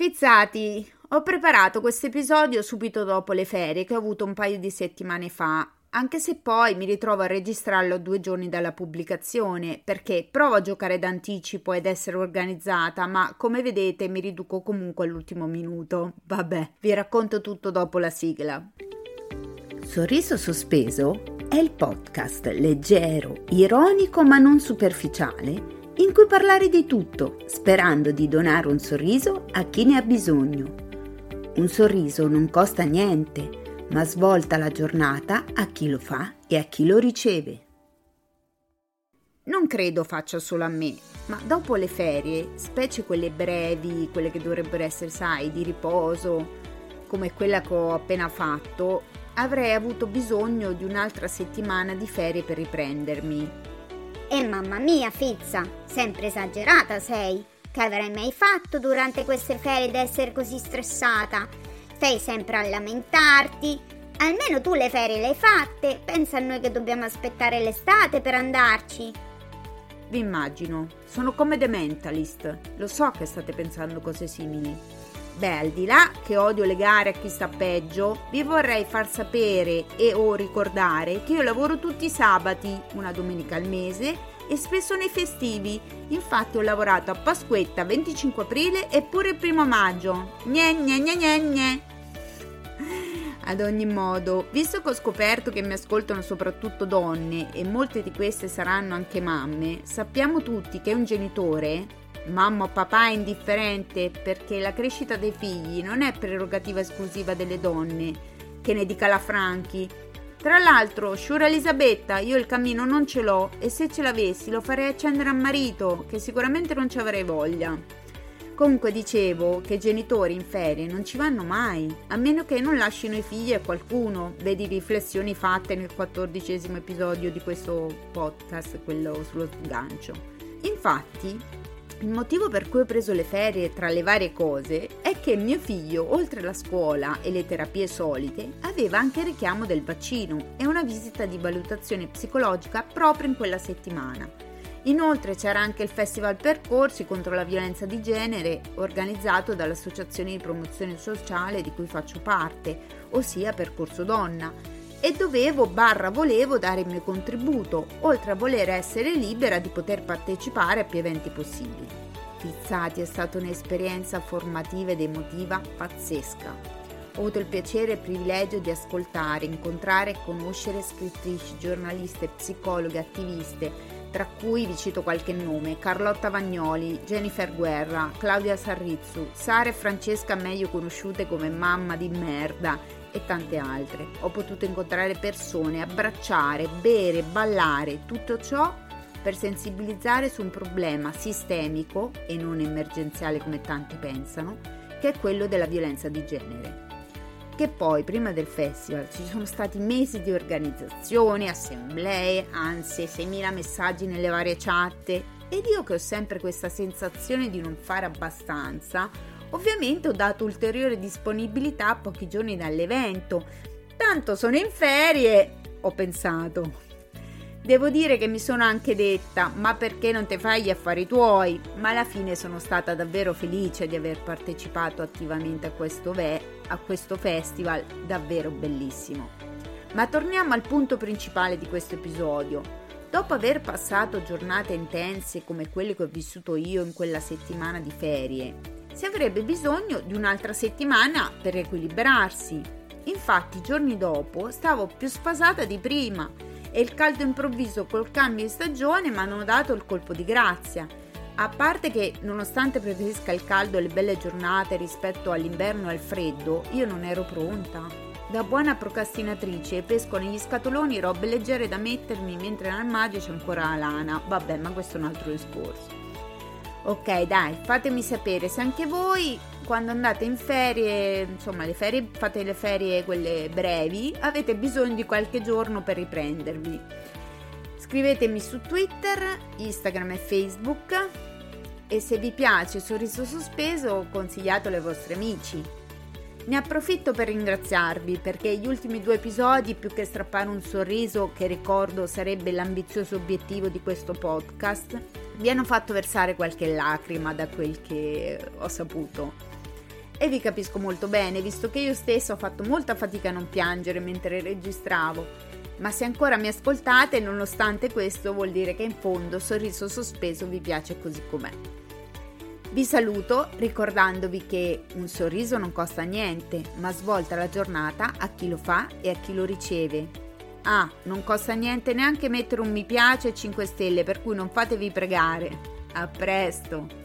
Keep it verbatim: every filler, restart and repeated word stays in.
Fizzati, ho preparato questo episodio subito dopo le ferie che ho avuto un paio di settimane fa, anche se poi mi ritrovo a registrarlo due giorni dalla pubblicazione, perché provo a giocare d'anticipo ed essere organizzata, ma come vedete mi riduco comunque all'ultimo minuto. Vabbè, vi racconto tutto dopo la sigla. Sorriso sospeso è il podcast leggero, ironico ma non superficiale, in cui parlare di tutto, sperando di donare un sorriso a chi ne ha bisogno. Un sorriso non costa niente, ma svolta la giornata a chi lo fa e a chi lo riceve. Non credo faccia solo a me, ma dopo le ferie, specie quelle brevi, quelle che dovrebbero essere, sai, di riposo, come quella che ho appena fatto, avrei avuto bisogno di un'altra settimana di ferie per riprendermi. E mamma mia, Fizza, sempre esagerata sei. Che avrai mai fatto durante queste ferie ad essere così stressata? Stai sempre a lamentarti. Almeno tu le ferie le hai fatte. Pensa a noi che dobbiamo aspettare l'estate per andarci. Vi immagino, sono come The Mentalist. Lo so che state pensando cose simili. Beh, al di là che odio le gare a chi sta peggio, vi vorrei far sapere e o ricordare che io lavoro tutti i sabati, una domenica al mese e spesso nei festivi. Infatti ho lavorato a Pasquetta, venticinque aprile e pure il primo maggio. Gne gne gne gne gne. Ad ogni modo, visto che ho scoperto che mi ascoltano soprattutto donne e molte di queste saranno anche mamme, sappiamo tutti che un genitore, mamma o papà, è indifferente, perché la crescita dei figli non è prerogativa esclusiva delle donne, che ne dica la Franchi. Tra l'altro, sciura Elisabetta, io il cammino non ce l'ho e se ce l'avessi lo farei accendere a marito, che sicuramente non ci avrei voglia. Comunque dicevo che i genitori in ferie non ci vanno mai, a meno che non lasciano i figli a qualcuno. Vedi riflessioni fatte nel quattordicesimo episodio di questo podcast, quello sullo sgancio. Infatti, il motivo per cui ho preso le ferie tra le varie cose è che mio figlio, oltre la scuola e le terapie solite, aveva anche il richiamo del vaccino e una visita di valutazione psicologica proprio in quella settimana. Inoltre c'era anche il Festival Percorsi contro la violenza di genere organizzato dall'associazione di promozione sociale di cui faccio parte, ossia Percorso Donna, e dovevo barra volevo dare il mio contributo, oltre a voler essere libera di poter partecipare a più eventi possibili. Fizzati, è stata un'esperienza formativa ed emotiva pazzesca. Ho avuto il piacere e il privilegio di ascoltare, incontrare e conoscere scrittrici, giornaliste, psicologhe, attiviste, tra cui vi cito qualche nome: Carlotta Vagnoli, Jennifer Guerra, Claudia Sarrizzu, Sara e Francesca, meglio conosciute come Mamma di Merda, e tante altre. Ho potuto incontrare persone, abbracciare, bere, ballare, tutto ciò per sensibilizzare su un problema sistemico e non emergenziale come tanti pensano, che è quello della violenza di genere. Che poi prima del festival ci sono stati mesi di organizzazione, assemblee, anzi seimila messaggi nelle varie chat, ed io che ho sempre questa sensazione di non fare abbastanza, ovviamente ho dato ulteriore disponibilità a pochi giorni dall'evento. Tanto sono in ferie, ho pensato. Devo dire che mi sono anche detta: ma perché non te fai gli affari tuoi? Ma alla fine sono stata davvero felice di aver partecipato attivamente a questo, ve- a questo festival davvero bellissimo. Ma torniamo al punto principale di questo episodio. Dopo aver passato giornate intense come quelle che ho vissuto io in quella settimana di ferie, si avrebbe bisogno di un'altra settimana per equilibrarsi. Infatti i giorni dopo stavo più sfasata di prima e il caldo improvviso col cambio di stagione mi hanno dato il colpo di grazia. A parte che, nonostante preferisca il caldo e le belle giornate rispetto all'inverno e al freddo, io non ero pronta. Da buona procrastinatrice pesco negli scatoloni robe leggere da mettermi mentre nell'armadio c'è ancora la lana. Vabbè, ma questo è un altro discorso. Ok, dai, fatemi sapere se anche voi, quando andate in ferie, insomma le ferie, fate le ferie quelle brevi, avete bisogno di qualche giorno per riprendervi. Scrivetemi su Twitter, Instagram e Facebook, e se vi piace Sorriso Sospeso consigliatelo ai vostri amici. Ne approfitto per ringraziarvi, perché gli ultimi due episodi, più che strappare un sorriso, che ricordo sarebbe l'ambizioso obiettivo di questo podcast, vi hanno fatto versare qualche lacrima da quel che ho saputo. e vi capisco molto bene, visto che io stessa ho fatto molta fatica a non piangere mentre registravo, ma se ancora mi ascoltate, nonostante questo, vuol dire che in fondo Sorriso Sospeso vi piace così com'è. Vi saluto ricordandovi che un sorriso non costa niente, ma svolta la giornata a chi lo fa e a chi lo riceve. Ah, non costa niente neanche mettere un mi piace e cinque stelle, per cui non fatevi pregare. A presto!